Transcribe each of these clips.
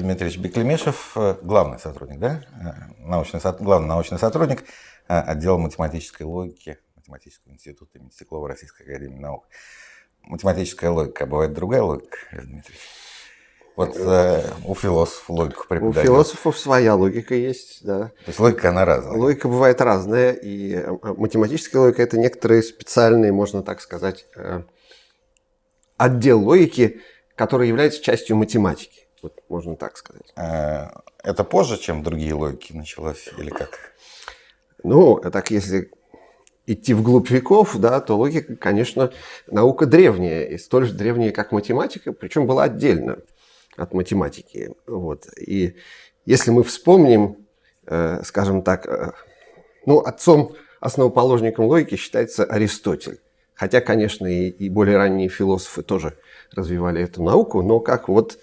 Дмитриевич Беклемишев, главный сотрудник, да? Главный научный сотрудник отдела математической логики Математического института имени Стеклова Российской академии наук. Математическая логика, а бывает другая логика, Дмитрий? Вот у философов логику преподают. У философов своя логика есть, да. То есть логика, она разная. Логика бывает разная, и математическая логика – это некоторые специальные, можно так сказать, отдел логики, который является частью математики. Вот можно так сказать. Это позже, чем другие логики началось, или как? Ну, так если идти вглубь веков, да, то логика, конечно, наука древняя, и столь же древняя, как математика, причем была отдельно от математики. Вот. И если мы вспомним, скажем так, отцом, основоположником логики считается Аристотель. Хотя, конечно, и более ранние философы тоже развивали эту науку, но как вот,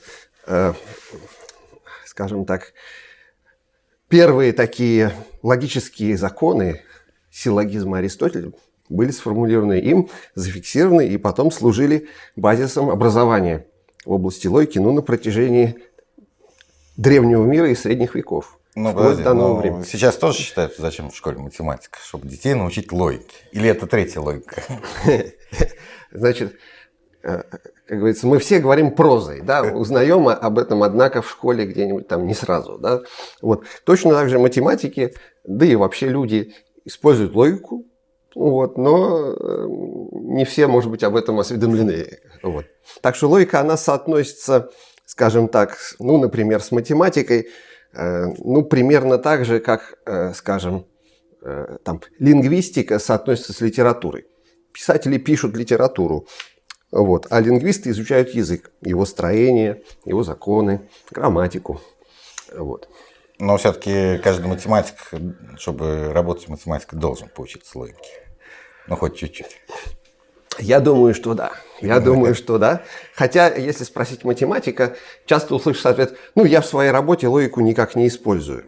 скажем так, первые такие логические законы, силлогизма Аристотеля, были сформулированы им, зафиксированы и потом служили базисом образования в области логики, на протяжении древнего мира и средних веков. Сейчас тоже считается, зачем в школе математика, чтобы детей научить логике? Или это третья логика? Значит, как говорится, мы все говорим прозой, да, узнаем об этом, однако, в школе где-нибудь там не сразу, да. Вот. Точно так же математики, да и вообще люди используют логику, вот, но не все, может быть, об этом осведомлены. Вот. Так что логика, она соотносится, скажем так, например, с математикой, примерно так же, как, скажем, там, лингвистика соотносится с литературой. Писатели пишут литературу, вот, а лингвисты изучают язык, его строение, его законы, грамматику. Вот. Но все-таки каждый математик, чтобы работать в математике, должен поучиться логике. Хоть чуть-чуть. Я думаю, что да. Думаю, что да. Хотя, если спросить математика, часто услышишь ответ: я в своей работе логику никак не использую.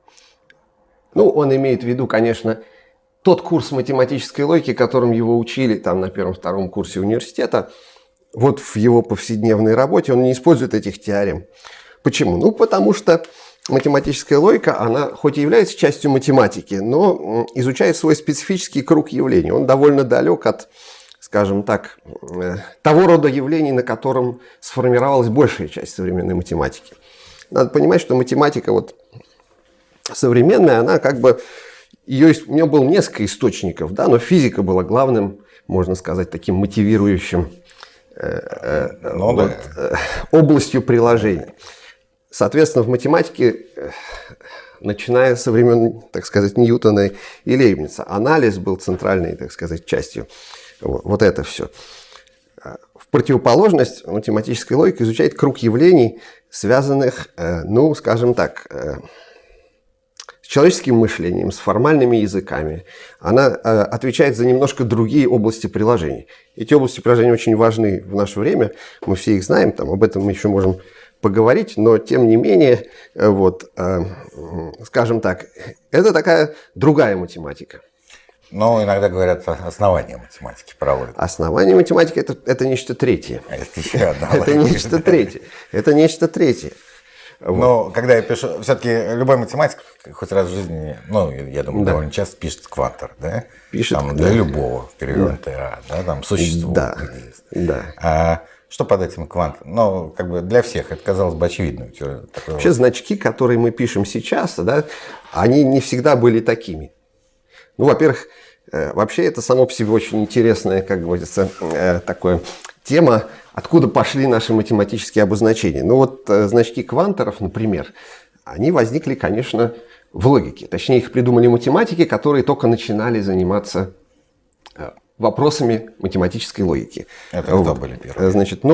Он имеет в виду, конечно, тот курс математической логики, которым его учили там, на первом-втором курсе университета. Вот в его повседневной работе он не использует этих теорем. Почему? Потому что математическая логика, она хоть и является частью математики, но изучает свой специфический круг явлений. Он довольно далек от, скажем так, того рода явлений, на котором сформировалась большая часть современной математики. Надо понимать, что математика современная, она у нее было несколько источников, да, но физика была главным, можно сказать, таким мотивирующим областью приложений. Соответственно, в математике, начиная со времен, так сказать, Ньютона и Лейбница, анализ был центральной, так сказать, частью. Вот это все. В противоположность математической логика изучает круг явлений, связанных, скажем так, с человеческим мышлением, с формальными языками. Она отвечает за немножко другие области приложений. Эти области приложений очень важны в наше время, мы все их знаем, об этом мы еще можем поговорить, но тем не менее, скажем так, это такая другая математика. Но иногда говорят основание математики, правда? Основание математики – это нечто третье. Это нечто третье. Но когда я пишу, все-таки любой математик хоть раз в жизни, я думаю, довольно часто пишет квантор, да? Пишет. Для любого перевернутого, да, существует. Да. Что под этим квантом? Для всех это, казалось бы, очевидно. Вообще значки, которые мы пишем сейчас, да, они не всегда были такими. Во-первых, вообще это само по себе очень интересная, как говорится, такая тема, откуда пошли наши математические обозначения. Значки кванторов, например, они возникли, конечно, в логике. Точнее, их придумали математики, которые только начинали заниматься вопросами математической логики. Это кто были первые?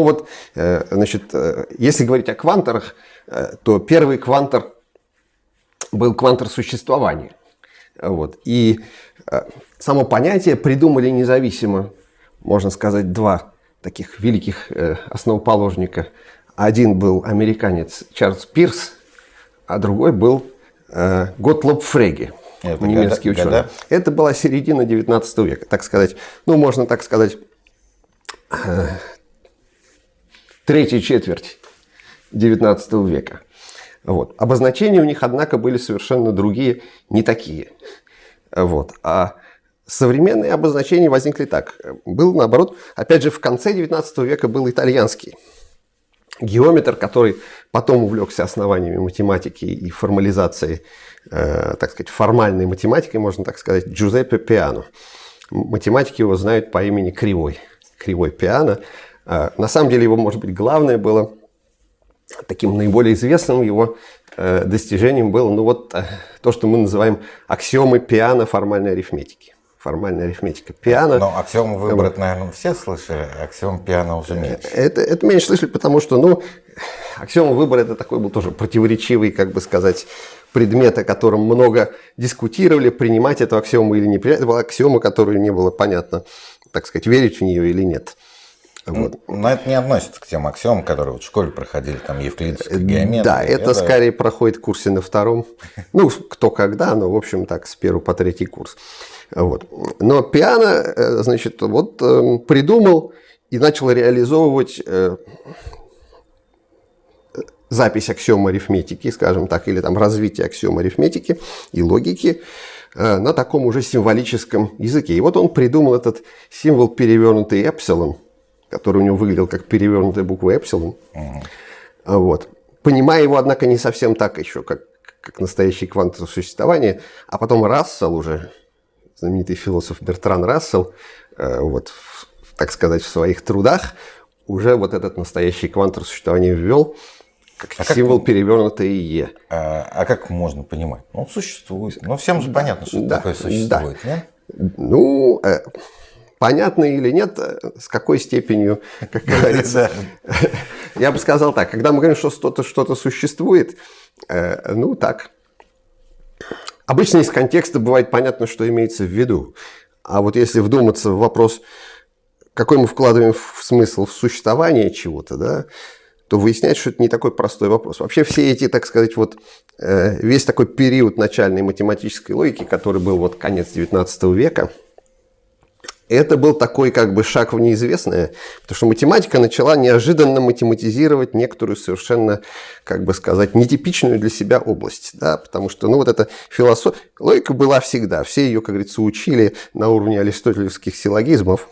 Если говорить о кванторах, то первый квантор был квантор существования. И само понятие придумали независимо, можно сказать, два таких великих основоположника. Один был американец Чарльз Пирс, а другой был Готлоб Фреге. Немецкий ученый. Это была середина 19 века, так сказать, можно так сказать, третья четверть 19 века. Вот. Обозначения у них, однако, были совершенно другие, не такие. Вот. А современные обозначения возникли так. Был, наоборот, опять же, в конце XIX века был итальянский геометр, который потом увлекся основаниями математики и формализацией, так сказать, формальной математикой, можно так сказать, Джузеппе Пиано. Математики его знают по имени Кривой. Кривой Пиано. На самом деле его, может быть, главное было, таким наиболее известным его достижением было, ну вот то, что мы называем аксиомы Пиано формальной арифметики. Формальная арифметика Пиано. Но аксиому выбрать, наверное, все слышали, аксиом Пиано уже меньше. Это меньше слышали, потому что, ну, аксиома выбора это такой был тоже противоречивый, как бы сказать, предмет, о котором много дискутировали, принимать эту аксиому или не принять. Это была аксиома, которую не было понятно, так сказать, верить в нее или нет. Вот. Но это не относится к тем аксиомам, которые вот в школе проходили, там, евклидовская геометрия. Да, это скорее проходит в курсе на втором. Ну, кто когда, но, в общем, так, с 1 по 3 курс. Вот. Но Пиано, значит, вот придумал и начал реализовывать запись аксиом арифметики, скажем так, или там развитие аксиом арифметики и логики на таком уже символическом языке. И вот он придумал этот символ перевернутый эпсилон, который у него выглядел как перевернутая буква эпсилон. Вот. Понимая его, однако, не совсем так еще, как настоящий квантовое существование, а потом Рассел уже, знаменитый философ Бертран Рассел, вот, так сказать, в своих трудах уже вот этот настоящий квантовое существование ввел как символ перевернутой Е. А как можно понимать? Ну, он существует. Ну, всем же понятно, что такое существует, нет? Ну, понятно или нет, с какой степенью, как говорится. Я бы сказал так, когда мы говорим, что что-то существует, ну, так. Обычно из контекста бывает понятно, что имеется в виду. А вот если вдуматься в вопрос, какой мы вкладываем в смысл в существование чего-то, да, то выясняется, что это не такой простой вопрос. Вообще все эти, так сказать, вот весь такой период начальной математической логики, который был вот конец XIX века, это был такой как бы шаг в неизвестное, потому что математика начала неожиданно математизировать некоторую совершенно, как бы сказать, нетипичную для себя область. Да? Потому что, ну, вот эта философия, логика была всегда, все ее, как говорится, учили на уровне аристотелевских силлогизмов.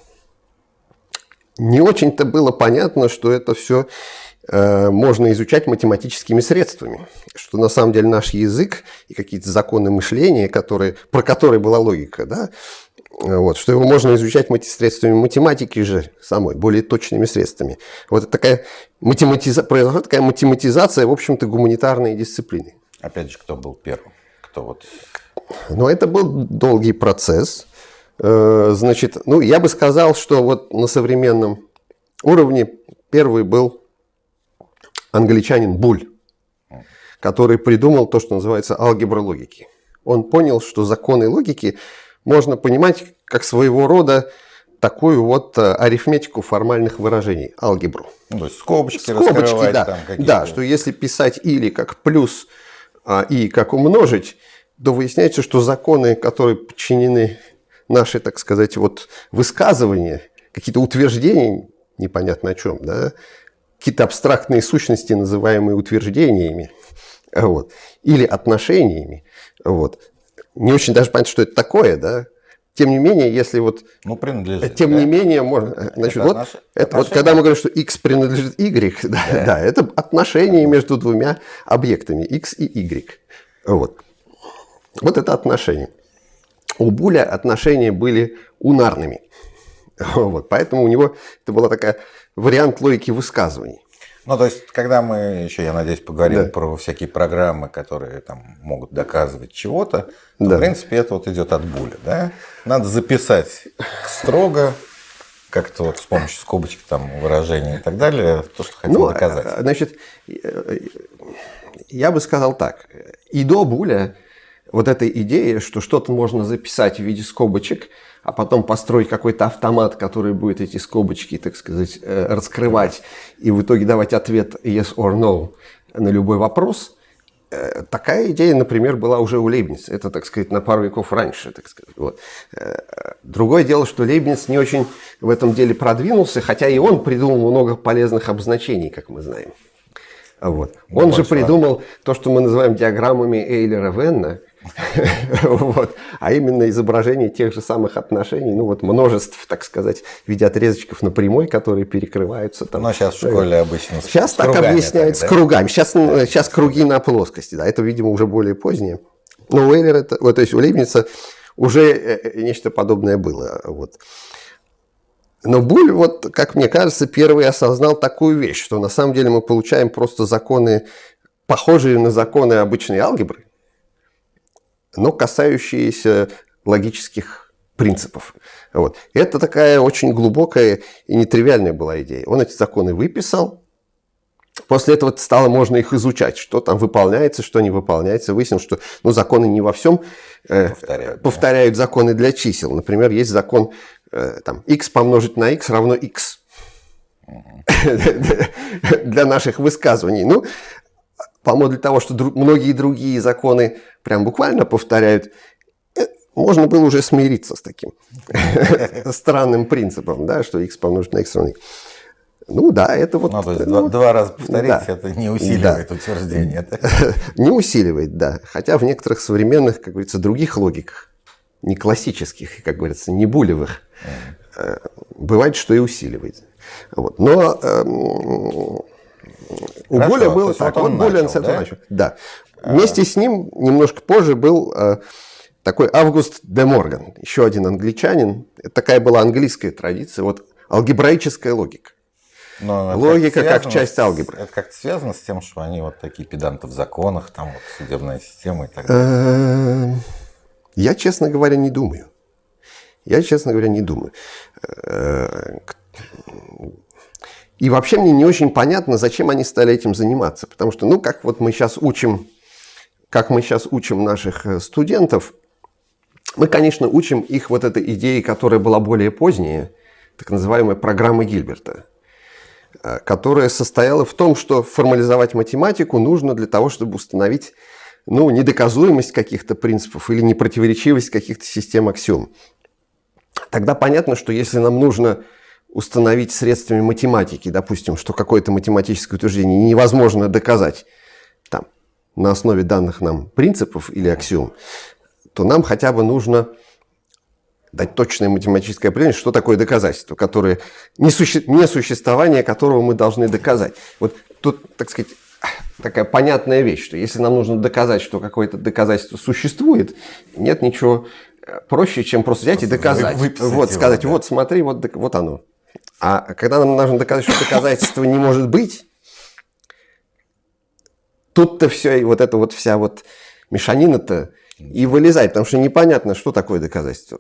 Не очень-то было понятно, что это все можно изучать математическими средствами, что на самом деле наш язык и какие-то законы мышления, про которые была логика, да, вот, что его можно изучать средствами математики же самой, более точными средствами. Вот это такая произошла такая математизация, в общем-то, гуманитарной дисциплины. Опять же, кто был первым? Кто вот... Но это был долгий процесс. Значит, ну, я бы сказал, что вот на современном уровне первый был англичанин Буль, который придумал то, что называется алгебра логики. Он понял, что законы логики можно понимать как своего рода такую вот арифметику формальных выражений, алгебру. Ну, то есть скобочки раскрывать, да. Там какие-то... Да, что если писать или как плюс, и как умножить, то выясняется, что законы, которые подчинены наши, так сказать, вот высказывания, какие-то утверждения, непонятно о чем, да, какие-то абстрактные сущности, называемые утверждениями, вот, или отношениями, вот. Не очень даже понятно, что это такое, да. Тем не менее, если вот... Ну, принадлежит. Тем не менее, можно... Значит, вот когда мы говорим, что x принадлежит y, да, это отношение между двумя объектами, x и y. Вот. Вот это отношение. У Буля отношения были унарными. Вот. Поэтому у него это была такая вариант логики высказываний. Ну, то есть, когда мы еще, я надеюсь, поговорим про всякие программы, которые там могут доказывать чего-то, то, в принципе, это вот идет от Буля, да? Надо записать строго, как-то вот с помощью скобочек, там, выражений и так далее, то, что хотел доказать. Значит, я бы сказал так. И до Буля вот эта идея, что что-то можно записать в виде скобочек, а потом построить какой-то автомат, который будет эти скобочки, так сказать, раскрывать и в итоге давать ответ yes or no на любой вопрос. Такая идея, например, была уже у Лейбница. Это, так сказать, на пару веков раньше, так сказать. Вот. Другое дело, что Лейбниц не очень в этом деле продвинулся, хотя и он придумал много полезных обозначений, как мы знаем. Вот. Он же придумал то, что мы называем диаграммами Эйлера-Венна, вот. А именно изображение тех же самых отношений, ну вот множеств, так сказать, в виде отрезочков на прямой, которые перекрываются. Там. Но сейчас в школе обычно сейчас так кругами объясняют, так, с кругами. Сейчас круги на плоскости, да, это, видимо, уже более позднее. Но у Эйлера, то есть у Лейбница уже нечто подобное было. Вот. Но Буль, вот, как мне кажется, первый осознал такую вещь, что на самом деле мы получаем просто законы, похожие на законы обычной алгебры, но касающиеся логических принципов. Вот. Это такая очень глубокая и нетривиальная была идея. Он эти законы выписал. После этого стало можно их изучать, что там выполняется, что не выполняется. Выяснилось, что законы не во всем повторяют законы для чисел. Например, есть закон там, x помножить на x равно x для наших высказываний. Ну, по-моему, для того, что многие другие законы прям буквально повторяют, можно было уже смириться с таким странным принципом, да, что x помножить на x равно x. Ну да, это вот... то есть два раза повторить, да, это не усиливает утверждение. Не усиливает, да. Хотя в некоторых современных, как говорится, других логиках, не классических, как говорится, не булевых, бывает, что и усиливает. Вот. Но у Буля было так. Вот Буля с этого начал. Да. Вместе с ним немножко позже был такой Август де Морган, еще один англичанин. Это такая была английская традиция, вот алгебраическая логика. Но логика как часть алгебры. Это как-то связано с тем, что они вот такие педанты в законах, там вот судебная система и так далее? Я, честно говоря, не думаю. И вообще мне не очень понятно, зачем они стали этим заниматься. Потому что, как вот мы сейчас учим, наших студентов, мы, конечно, учим их вот этой идее, которая была более поздняя, так называемая программа Гильберта, которая состояла в том, что формализовать математику нужно для того, чтобы установить недоказуемость каких-то принципов или непротиворечивость каких-то систем аксиом. Тогда понятно, что если нам нужно установить средствами математики, допустим, что какое-то математическое утверждение невозможно доказать там, на основе данных нам принципов или аксиом, то нам хотя бы нужно дать точное математическое определение, что такое доказательство, которое несуществование которого мы должны доказать. Вот тут, так сказать, такая понятная вещь, что если нам нужно доказать, что какое-то доказательство существует, нет ничего проще, чем просто взять и доказать. Вот, сказать, да. Вот смотри, вот оно. А когда нам нужно доказать, что доказательства не может быть, тут-то все, и вот эта вот вся вот мешанина-то и вылезает, потому что непонятно, что такое доказательство.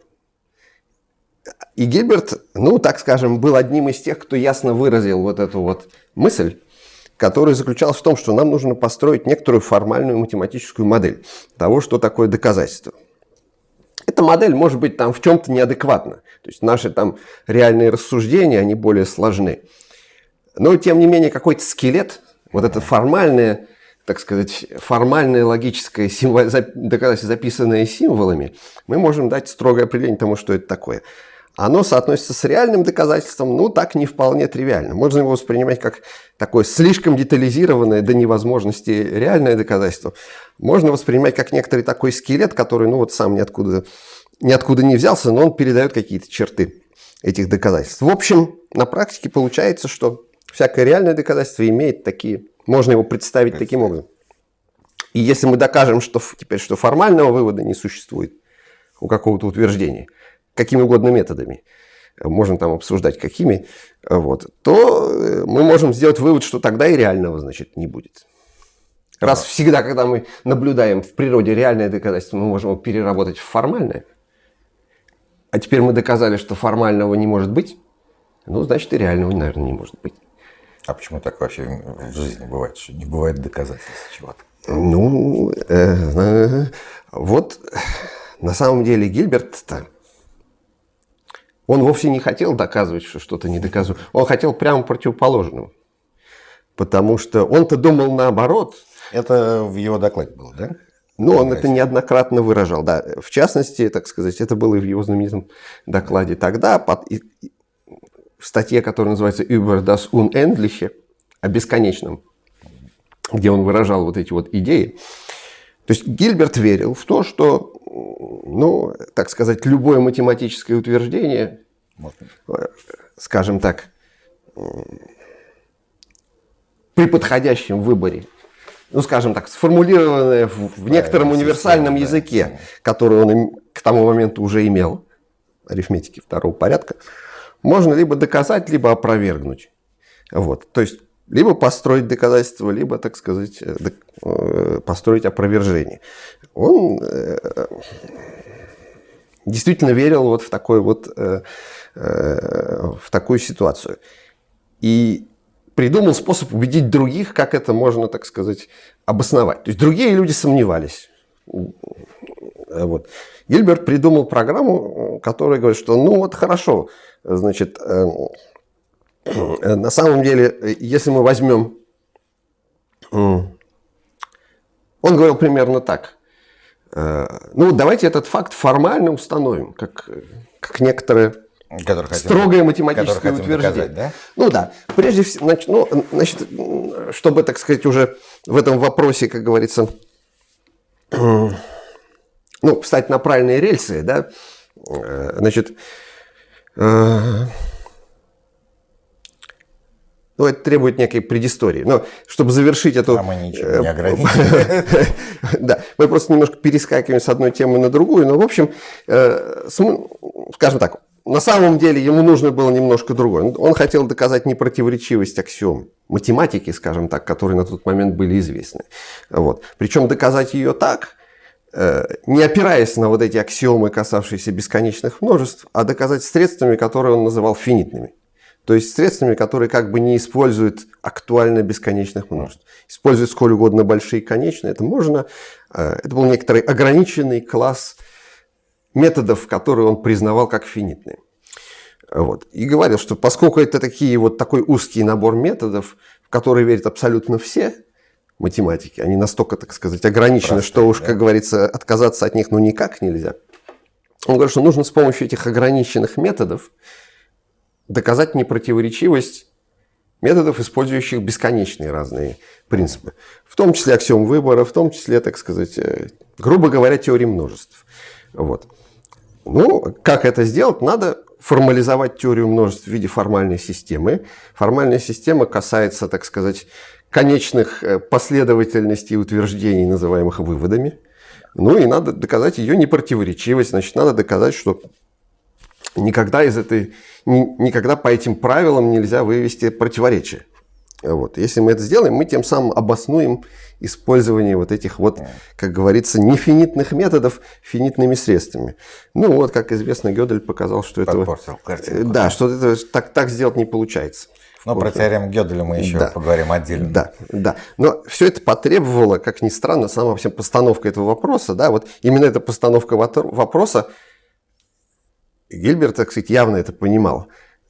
И Гильберт, так скажем, был одним из тех, кто ясно выразил вот эту вот мысль, которая заключалась в том, что нам нужно построить некоторую формальную математическую модель того, что такое доказательство. Эта модель может быть там в чем-то неадекватна. То есть наши там реальные рассуждения, они более сложны. Но, тем не менее, какой-то скелет, вот это формальное, так сказать, формальное логическое доказательство, записанное символами, мы можем дать строгое определение тому, что это такое. Оно соотносится с реальным доказательством, так не вполне тривиально. Можно его воспринимать как такое слишком детализированное до невозможности реальное доказательство. Можно воспринимать как некоторый такой скелет, который, сам ниоткуда не взялся, но он передает какие-то черты этих доказательств. В общем, на практике получается, что всякое реальное доказательство имеет такие, можно его представить таким образом. И если мы докажем, что формального вывода не существует у какого-то утверждения, какими угодно методами, можно там обсуждать какими, то мы можем сделать вывод, что тогда и реального, не будет. Раз всегда, когда мы наблюдаем в природе реальное доказательство, мы можем его переработать в формальное, а теперь мы доказали, что формального не может быть, значит и реального, наверное, не может быть. А почему так вообще в жизни бывает, что не бывает доказательств чего-то? Вот на самом деле Гильберт-то, он вовсе не хотел доказывать, что что-то недоказуемо. Он хотел прямо противоположного. Потому что он-то думал наоборот. Это в его докладе было, да? Он это неоднократно выражал, да. В частности, так сказать, это было и в его знаменитом докладе тогда, в статье, которая называется «Über das Unendliche», о бесконечном. где он выражал вот эти вот идеи. То есть Гильберт верил в то, что, ну, так сказать, любое математическое утверждение, скажем так, при подходящем выборе, ну, скажем так, сформулированное в некотором универсальном языке, который он к тому моменту уже имел, арифметики второго порядка, можно либо доказать, либо опровергнуть. Вот. То есть либо построить доказательство, либо, так сказать, построить опровержение. Он действительно верил вот в такой вот, в такую ситуацию. И придумал способ убедить других, как это можно, так сказать, обосновать. То есть другие люди сомневались. Вот. Гильберт придумал программу, которая говорит, что ну вот хорошо, значит, на самом деле, если мы возьмем... Он говорил примерно так. Ну, давайте этот факт формально установим, как некоторое строгое математическое утверждение. Доказать, да? Ну да. Прежде всего, значит, чтобы, так сказать, уже в этом вопросе, как говорится, ну, встать на правильные рельсы, да, значит... Ну, это требует некой предыстории. Но чтобы завершить эту... А мы ничего не ограничиваем. Да, мы просто немножко перескакиваем с одной темы на другую. Но, в общем, скажем так, на самом деле ему нужно было немножко другое. Он хотел доказать непротиворечивость аксиом математики, скажем так, которые на тот момент были известны. Вот. Причем доказать ее так, не опираясь на вот эти аксиомы, касавшиеся бесконечных множеств, а доказать средствами, которые он называл финитными. То есть средствами, которые как бы не используют актуально бесконечных множеств. Используют сколь угодно большие конечные. Это можно. Это был некоторый ограниченный класс методов, которые он признавал как финитные. Вот. И говорил, что поскольку это такой узкий набор методов, в которые верят абсолютно все математики, они настолько, так сказать, ограничены, что уж, как говорится, отказаться от них ну никак нельзя. Он говорит, что нужно с помощью этих ограниченных методов доказать непротиворечивость методов, использующих бесконечные разные принципы. В том числе аксиом выбора, в том числе, так сказать, грубо говоря, теории множеств. Вот. Ну, как это сделать? Надо формализовать теорию множеств в виде формальной системы. Формальная система касается, так сказать, конечных последовательностей утверждений, называемых выводами. Ну и надо доказать ее непротиворечивость. Значит, надо доказать, что никогда по этим правилам нельзя вывести противоречие. Вот. Если мы это сделаем, мы тем самым обоснуем использование вот этих вот, как говорится, нефинитных методов финитными средствами. Ну вот, как известно, Гёдель показал, что этого... Да, что это так сделать не получается. Но про теорему Гёделя мы еще поговорим отдельно. Да. Но все это потребовало, как ни странно, сама постановка этого вопроса. Да, вот именно эта постановка вопроса, Гильберт, так сказать, явно это понимал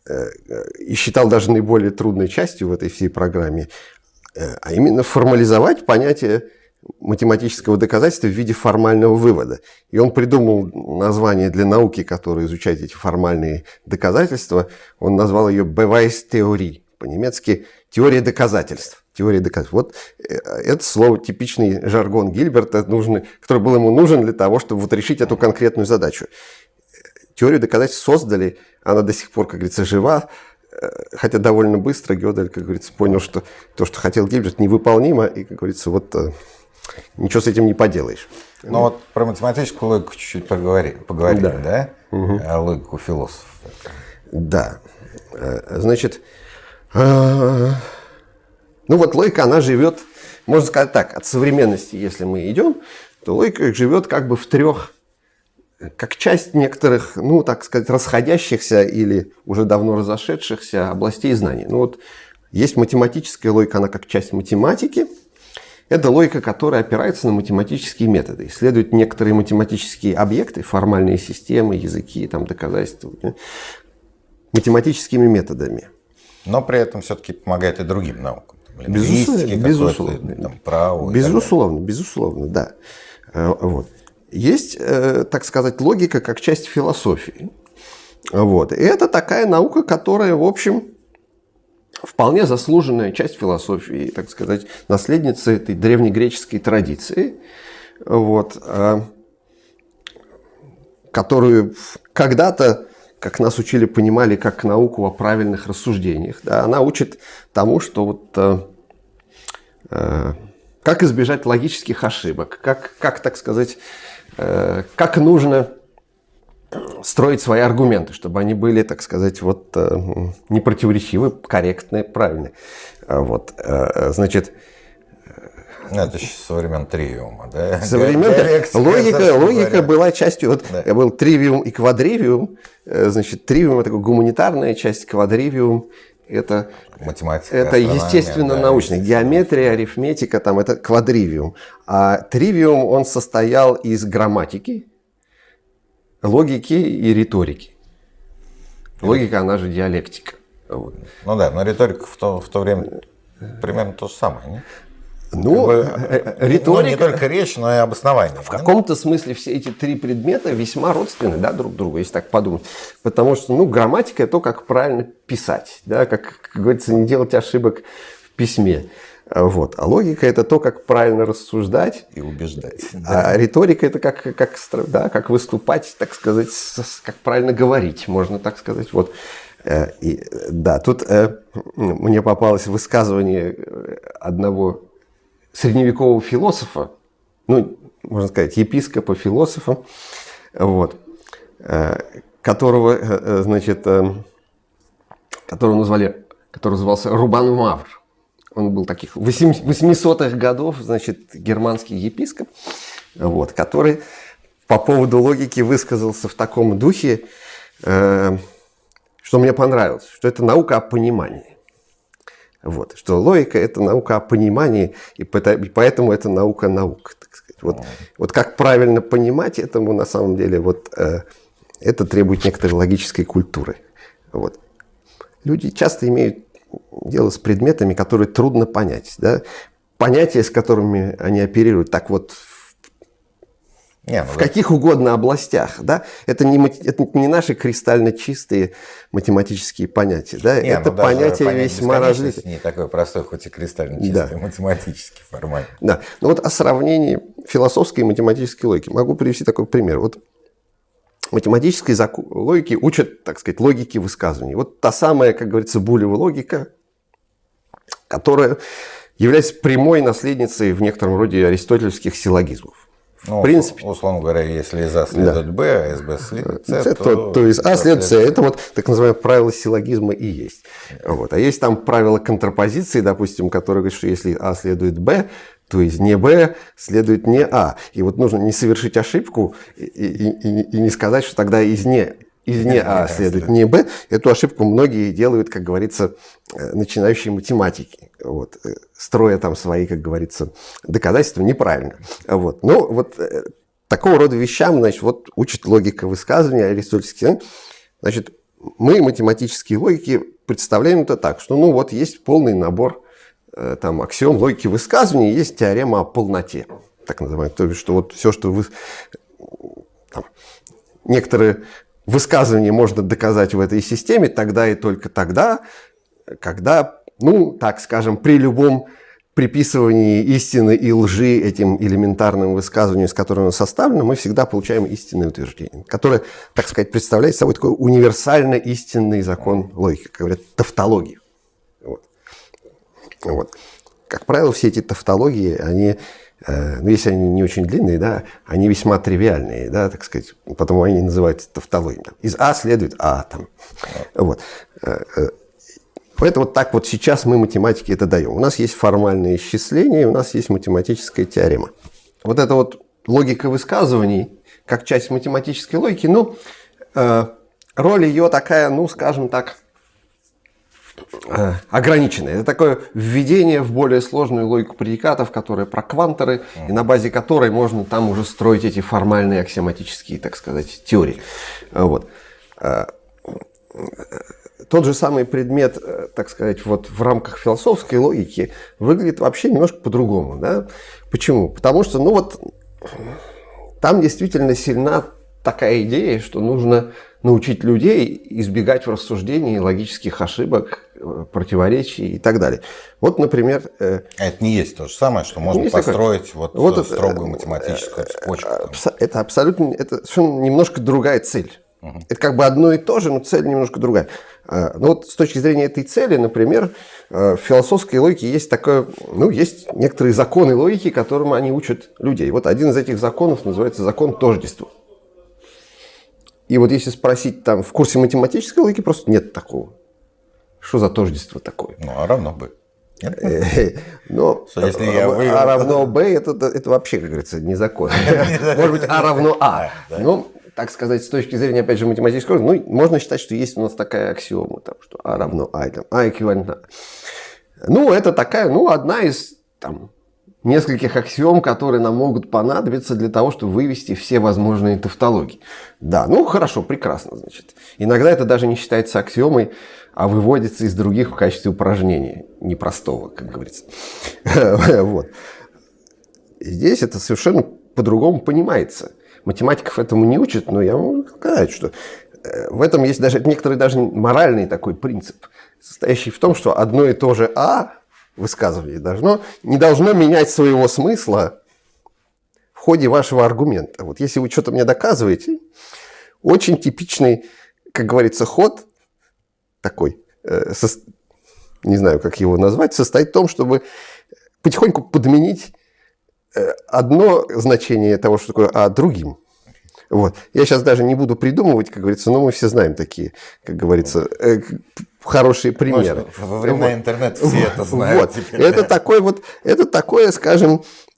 и считал даже наиболее трудной частью в этой всей программе, а именно формализовать понятие математического доказательства в виде формального вывода. И он придумал название для науки, которая изучает эти формальные доказательства. Он назвал ее Beweistheorie, по-немецки «теория доказательств». Теория доказательств. Вот это слово, типичный жаргон Гильберта, который был ему нужен для того, чтобы вот решить эту конкретную задачу. Теорию доказательств создали, она до сих пор, как говорится, жива, хотя довольно быстро Гёдель, как говорится, понял, что то, что хотел Гильберт, невыполнимо, и, как говорится, вот ничего с этим не поделаешь. Ну вот про математическую логику чуть-чуть поговорим, да? Угу. Логику философов. Да. Значит, ну вот логика, она живет, можно сказать так, от современности, если мы идем, то логика живет как бы в трех, как часть некоторых, ну, так сказать, расходящихся или уже давно разошедшихся областей знаний. Ну вот есть математическая логика, она как часть математики. Это логика, которая опирается на математические методы. Исследует некоторые математические объекты, формальные системы, языки, там, доказательства, математическими методами. Но при этом все-таки помогает и другим наукам. Безусловно. Там, право. Безусловно, да. Вот. Есть, так сказать, логика как часть философии. Вот. И это такая наука, которая, в общем, вполне заслуженная часть философии, так сказать, наследница этой древнегреческой традиции, вот, которую когда-то, как нас учили, понимали как науку о правильных рассуждениях. Да, она учит тому, что вот, как избежать логических ошибок, как, так сказать, как нужно строить свои аргументы, чтобы они были, так сказать, вот, не противоречивы, корректные, правильные. Вот, значит, это еще со времен тривиума, да? Со времен логика была частью, вот, да. Был тривиум и квадривиум. Значит, тривиум – это гуманитарная часть, квадривиум – это математика, это естественно научная, да, геометрия, арифметика, там это квадривиум. А тривиум, он состоял из грамматики, логики и риторики. Логика, она же диалектика. Вот. Ну да, но риторика в то время примерно то же самое, не? Ну, риторика... не только речь, но и обоснование. В каком-то смысле все эти три предмета весьма родственны, да, друг другу, если так подумать. Потому что, ну, грамматика – это то, как правильно писать, да, как говорится, не делать ошибок в письме. Вот. А логика – это то, как правильно рассуждать. И убеждать. А риторика – это как выступать, так сказать, как правильно говорить, можно так сказать. Вот. И, да, тут мне попалось высказывание одного средневекового философа, ну, можно сказать, епископа-философа, вот, которого, значит, которого назывался Рубан Мавр. Он был таких 800-х годов, значит, германский епископ, вот, который по поводу логики высказался в таком духе, что мне понравилось, что это наука о понимании. Вот, что логика – это наука о понимании, и поэтому это наука наук. Так сказать. Вот как правильно понимать, этому на самом деле вот, это требует некоторой логической культуры. Вот. Люди часто имеют дело с предметами, которые трудно понять. Да? Понятия, с которыми они оперируют, так вот в каких угодно областях, да, это не наши кристально чистые математические понятия, да, это понятия весьма различные. Не такой простой, хоть и кристально чистый, да. Математический формат. Да, но вот о сравнении философской и математической логики могу привести такой пример. Вот математической логике учат, так сказать, логике высказываний. Вот та самая, как говорится, булева логика, которая является прямой наследницей в некотором роде аристотельских силлогизмов. Ну, в принципе, условно говоря, если из А следует Б, а из Б следует С, то из А следует С. Это вот так называемое правило силлогизма и есть. Вот. А есть там правило контрапозиции, допустим, которое говорит, что если А следует Б, то из не Б следует не А. И вот нужно не совершить ошибку и не сказать, что тогда из не А следует не Б. Эту ошибку многие делают, как говорится, начинающие математики, вот, строя там свои, как говорится, доказательства неправильно. Вот. Ну, вот такого рода вещам, значит, вот учит логика высказывания аристотельских. Значит, мы математические логики представляем это так, что, ну, вот есть полный набор там аксиом логики высказывания, есть теорема о полноте, так называемая. То есть, что вот все, что вы... Там, некоторые высказывания можно доказать в этой системе тогда и только тогда, когда, ну, так скажем, при любом приписывании истины и лжи этим элементарным высказываниям, с которым оно составлено, мы всегда получаем истинное утверждение, которое, так сказать, представляет собой такой универсально истинный закон логики, как говорят, тавтологию. Вот. Как правило, все эти тавтологии, они, ну, если они не очень длинные, да, они весьма тривиальные, да, так сказать, потому они называются тавтологиями. Из А следует А. Там. Вот. Поэтому вот так вот сейчас мы математике это даем. У нас есть формальное исчисление, у нас есть математическая теорема. Вот эта вот логика высказываний, как часть математической логики, ну, роль ее такая, ну, скажем так, ограниченное. Это такое введение в более сложную логику предикатов, которая про кванторы, и на базе которой можно там уже строить эти формальные аксиоматические, так сказать, теории. Вот. Тот же самый предмет, так сказать, вот в рамках философской логики выглядит вообще немножко по-другому. Да? Почему? Потому что, ну вот, там действительно сильна такая идея, что нужно научить людей избегать в рассуждении логических ошибок, противоречий и так далее. Вот, например... А это не есть то же самое, что можно построить строгую математическую цепочку? Это абсолютно, это совершенно немножко другая цель. Это как бы одно и то же, но цель немножко другая. Но вот с точки зрения этой цели, например, в философской логике есть есть некоторые законы логики, которым они учат людей. Вот один из этих законов называется закон тождества. И вот если спросить там в курсе математической логики, просто нет такого. Что за тождество такое? А равно b. Но А равно b это вообще, как говорится, не закон. Может быть, а равно а. Но, так сказать, с точки зрения, опять же, математической логики, можно считать, что есть у нас такая аксиома, что а равно а, а эквивалентно а. Это такая, одна из нескольких аксиом, которые нам могут понадобиться для того, чтобы вывести все возможные тавтологии. Да, хорошо, прекрасно, значит. Иногда это даже не считается аксиомой, а выводится из других в качестве упражнения. Непростого, как говорится. Вот. Здесь это совершенно по-другому понимается. Математиков этому не учат, но я могу сказать, что в этом есть некоторый даже моральный такой принцип, состоящий в том, что одно и то же «а» высказывание не должно менять своего смысла в ходе вашего аргумента. Вот если вы что-то мне доказываете, очень типичный, как говорится, ход такой, не знаю, как его назвать, состоит в том, чтобы потихоньку подменить одно значение того, что такое «а» другим. Вот. Я сейчас даже не буду придумывать, как говорится, но мы все знаем такие, как говорится, хорошие примеры. Во времена интернета все это знают. Теперь, это такое, скажем,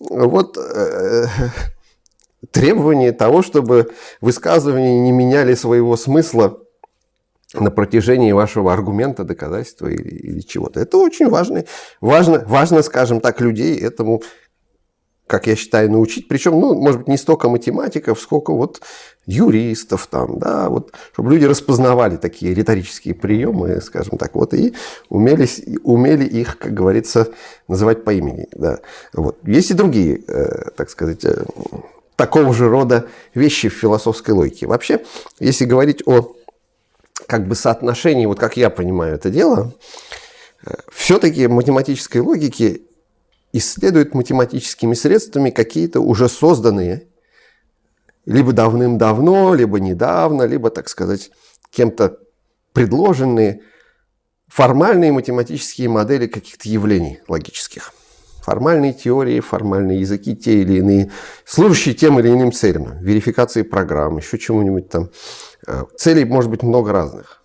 требование того, чтобы высказывания не меняли своего смысла на протяжении вашего аргумента, доказательства или чего-то. Это очень важно, скажем так, людей этому, как я считаю, научить. Причем, может быть, не столько математиков, сколько юристов чтобы люди распознавали такие риторические приемы, скажем так, и умели их, как говорится, называть по имени. Да. Есть и другие, так сказать, такого же рода вещи в философской логике. Вообще, если говорить о соотношении, как я понимаю это дело, все-таки математической логике исследуют математическими средствами какие-то уже созданные, либо давным-давно, либо недавно, либо, так сказать, кем-то предложенные формальные математические модели каких-то явлений логических. Формальные теории, формальные языки, те или иные, служащие тем или иным целям, верификации программ, еще чему-нибудь там. Целей может быть много разных.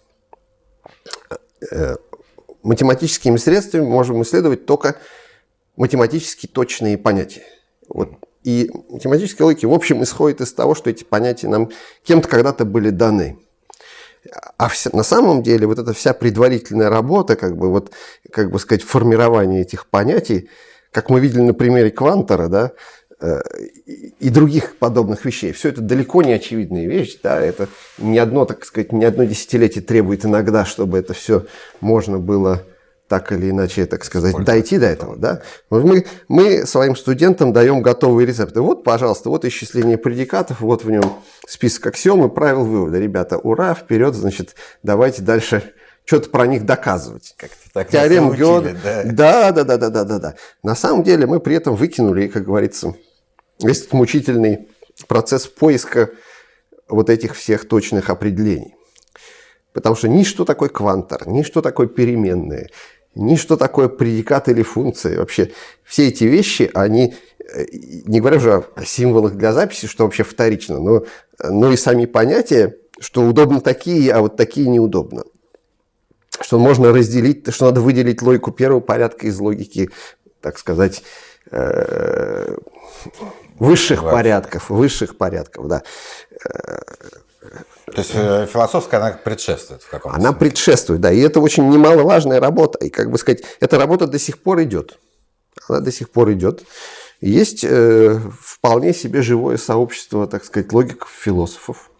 Математическими средствами можем исследовать только математически точные понятия. И математическая логика, в общем, исходит из того, что эти понятия нам кем-то когда-то были даны. А на самом деле эта вся предварительная работа, формирование этих понятий, как мы видели на примере Квантера, и других подобных вещей, все это далеко не очевидная вещь, это не одно десятилетие требует иногда, чтобы это все можно было так или иначе, так сказать, дойти до этого. Да? Мы своим студентам даем готовые рецепты. Пожалуйста, исчисление предикатов, в нем список аксиом и правил вывода. Ребята, ура, вперед, значит, давайте дальше что-то про них доказывать. Теорему Гёделя. Да. На самом деле мы при этом выкинули, как говорится, весь этот мучительный процесс поиска этих всех точных определений. Потому что ни что такое квантор, ни что такое переменные, ни что такое предикат или функция. Вообще все эти вещи, они, не говоря уже о символах для записи, что вообще вторично, но и сами понятия, что удобно такие, а такие неудобно. Что можно разделить, что надо выделить логику первого порядка из логики, так сказать, высших порядков, да. То есть философская, она предшествует в каком-то Она смысле. предшествует, да. И это очень немаловажная работа. И, эта работа до сих пор идет. Она до сих пор идет. Есть вполне себе живое сообщество, так сказать, логиков-философов.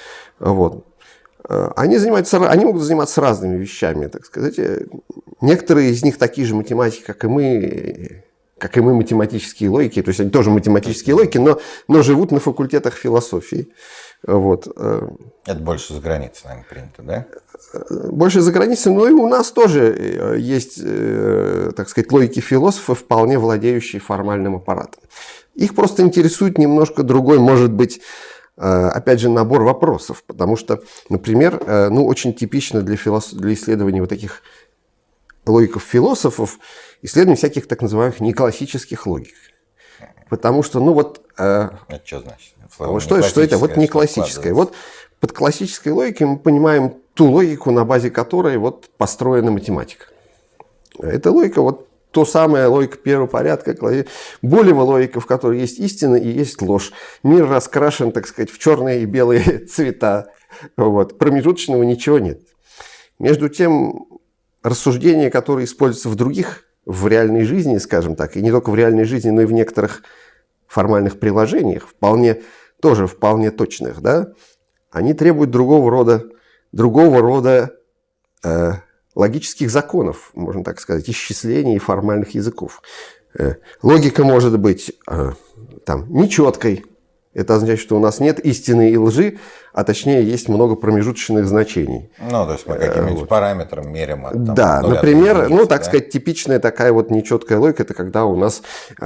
Они могут заниматься разными вещами, так сказать. Некоторые из них такие же математики, как и мы, как и мы, математические логики. То есть они тоже математические логики, но живут на факультетах философии. Вот. Это больше за границей, наверное, принято, да? Больше за границей, но и у нас тоже есть, так сказать, логики-философы, вполне владеющие формальным аппаратом. Их просто интересует немножко другой, может быть, опять же, набор вопросов. Потому что, например, очень типично для исследований вот таких логиков-философов исследование всяких так называемых неклассических логик. Потому что, это что значит? Что это? Вот не классическое. Вот под классической логикой мы понимаем ту логику, на базе которой вот построена математика. Эта логика, вот то самая логика первого порядка, Булева логика, в которой есть истина и есть ложь. Мир раскрашен, так сказать, в черные и белые цвета. Вот. Промежуточного ничего нет. Между тем, рассуждения, которые используются в реальной жизни, скажем так, и не только в реальной жизни, но и в некоторых формальных приложениях, вполне точных, да, они требуют другого рода логических законов, можно так сказать, исчислений формальных языков. Логика может быть нечеткой. Это означает, что у нас нет истины и лжи, а точнее есть много промежуточных значений. То есть мы каким-нибудь параметром меряем. Да, например, сказать, типичная такая вот нечеткая логика, это когда у нас,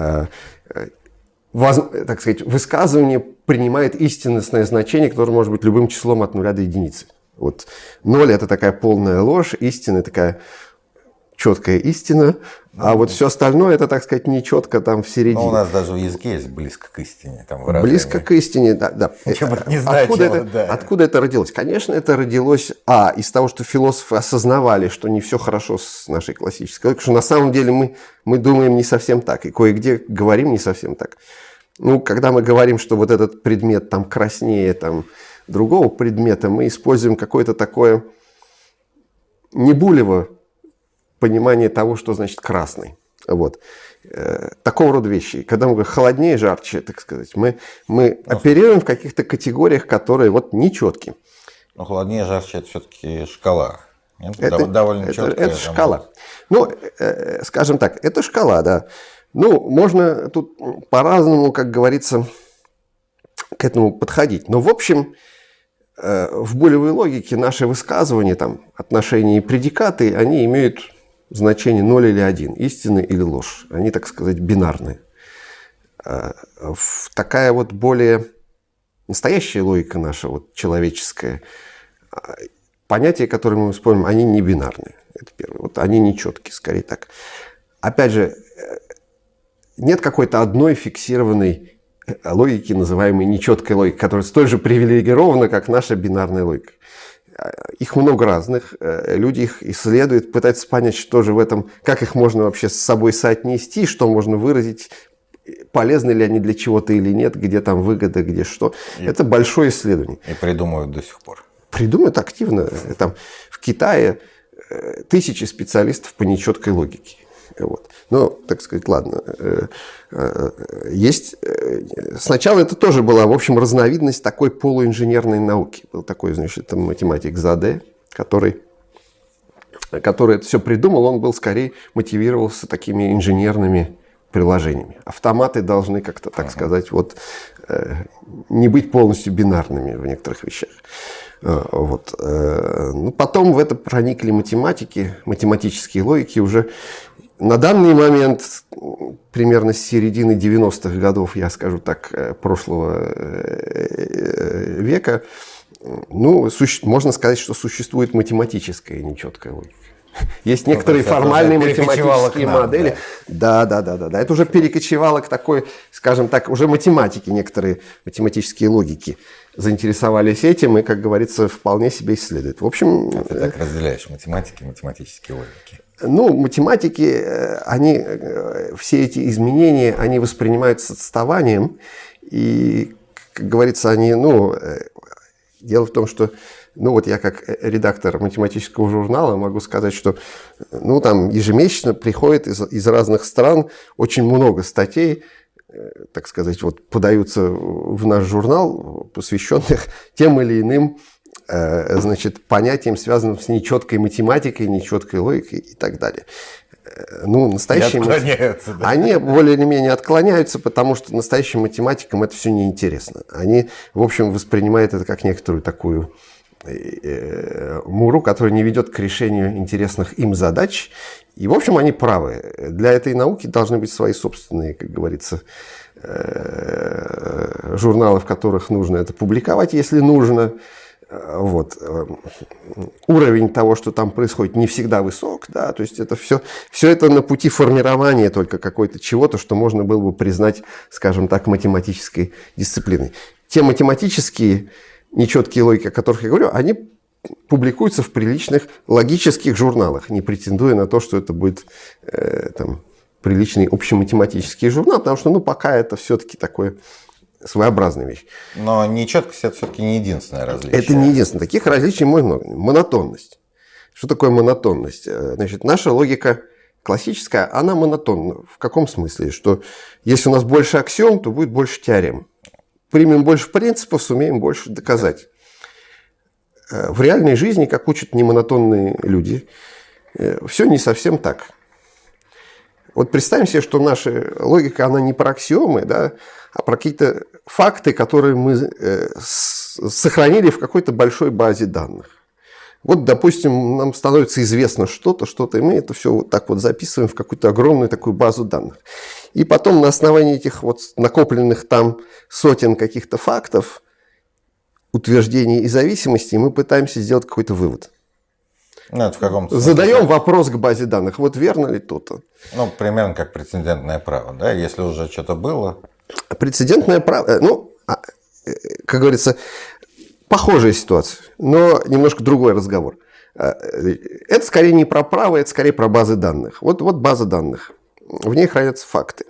так сказать, высказывание принимает истинностное значение, которое может быть любым числом от 0 до единицы. Вот 0 – это такая полная ложь, истина – такая четкая истина, а вот все остальное – это, так сказать, нечетко там в середине. У нас даже в языке есть близко к истине. Близко к истине, да. Откуда это родилось? Конечно, это родилось, из того, что философы осознавали, что не все хорошо с нашей классической логикой, что на самом деле мы думаем не совсем так, и кое-где говорим не совсем так. Когда мы говорим, что вот этот предмет там краснее другого предмета, мы используем какое-то такое не Булево понимание того, что значит красный. Вот. Такого рода вещи. Когда мы говорим холоднее, жарче, так сказать, мы оперируем в каких-то категориях, которые нечеткие. Но холоднее, жарче – это все-таки шкала. Нет? Это довольно четкая. Это шкала. Скажем так, это шкала, да. Можно тут по-разному, как говорится, к этому подходить. Но, в общем, в булевой логике наши высказывания, отношения и предикаты, они имеют значение 0 или 1, истина или ложь. Они, так сказать, бинарные. Такая более настоящая логика наша, человеческая, понятия, которые мы используем, они не бинарные. Это первое. Они нечеткие, скорее так. Опять же, нет какой-то одной фиксированной логики, называемой нечеткой логикой, которая столь же привилегирована, как наша бинарная логика. Их много разных, люди их исследуют, пытаются понять, что же в этом, как их можно вообще с собой соотнести, что можно выразить, полезны ли они для чего-то или нет, где там выгода, где что. Это большое исследование. И придумывают до сих пор. Придумывают активно. В Китае тысячи специалистов по нечеткой логике. Так сказать, ладно. Сначала это тоже была, в общем, разновидность такой полуинженерной науки. Был такой, математик Заде, который это все придумал. Он был скорее мотивировался такими инженерными приложениями. Автоматы должны как-то, так сказать, не быть полностью бинарными в некоторых вещах. Потом в это проникли математические логики уже. На данный момент, примерно с середины 90-х годов, я скажу так, прошлого века, можно сказать, что существует математическая нечеткая логика. Есть некоторые формальные математические модели. Да. Это уже перекочевало к такой, скажем так, уже математики, некоторые математические логики заинтересовались этим и, как говорится, вполне себе исследуют. В общем... Ты так разделяешь математики и математические логики. Математики, все эти изменения, они воспринимают с отставанием. И, как говорится, дело в том, что я как редактор математического журнала могу сказать, что ежемесячно приходит из разных стран очень много статей, так сказать, подаются в наш журнал, посвященных тем или иным понятиям, связанным с нечеткой математикой, нечеткой логикой и так далее. Ну, настоящие отклоняются, да? Они более-менее отклоняются, потому что настоящим математикам это все неинтересно. Они, в общем, воспринимают это как некоторую такую муру, которая не ведет к решению интересных им задач. И, в общем, они правы. Для этой науки должны быть свои собственные, как говорится, журналы, в которых нужно это публиковать, если нужно. Вот. Уровень того, что там происходит, не всегда высок, да, то есть это все это на пути формирования только какой-то чего-то, что можно было бы признать, скажем так, математической дисциплиной. Те математические нечеткие логики, о которых я говорю, они публикуются в приличных логических журналах, не претендуя на то, что это будет там, приличный общематематический журнал, потому что ну, пока это все-таки такое своеобразная вещь. Но нечеткость – это все-таки не единственное различие. Это не единственное. Таких различий много. Монотонность. Что такое монотонность? Значит, наша логика классическая, она монотонна. В каком смысле? Что если у нас больше аксиом, то будет больше теорем. Примем больше принципов, сумеем больше доказать. В реальной жизни, как учат немонотонные люди, все не совсем так. Вот представим себе, что наша логика, она не про аксиомы, да, а про какие-то факты, которые мы сохранили в какой-то большой базе данных. Вот, допустим, нам становится известно что-то, и мы это все вот так вот записываем в какую-то огромную такую базу данных. И потом на основании этих вот накопленных там сотен каких-то фактов, утверждений и зависимостей мы пытаемся сделать какой-то вывод. Ну, это в каком-то Задаем вопрос к базе данных. Вот верно ли то-то? Ну, примерно как прецедентное право, да? Если уже что-то было. Прецедентное право, ну, как говорится, похожая ситуация, но немножко другой разговор. Это скорее не про право, это скорее про базы данных. Вот база данных. В ней хранятся факты.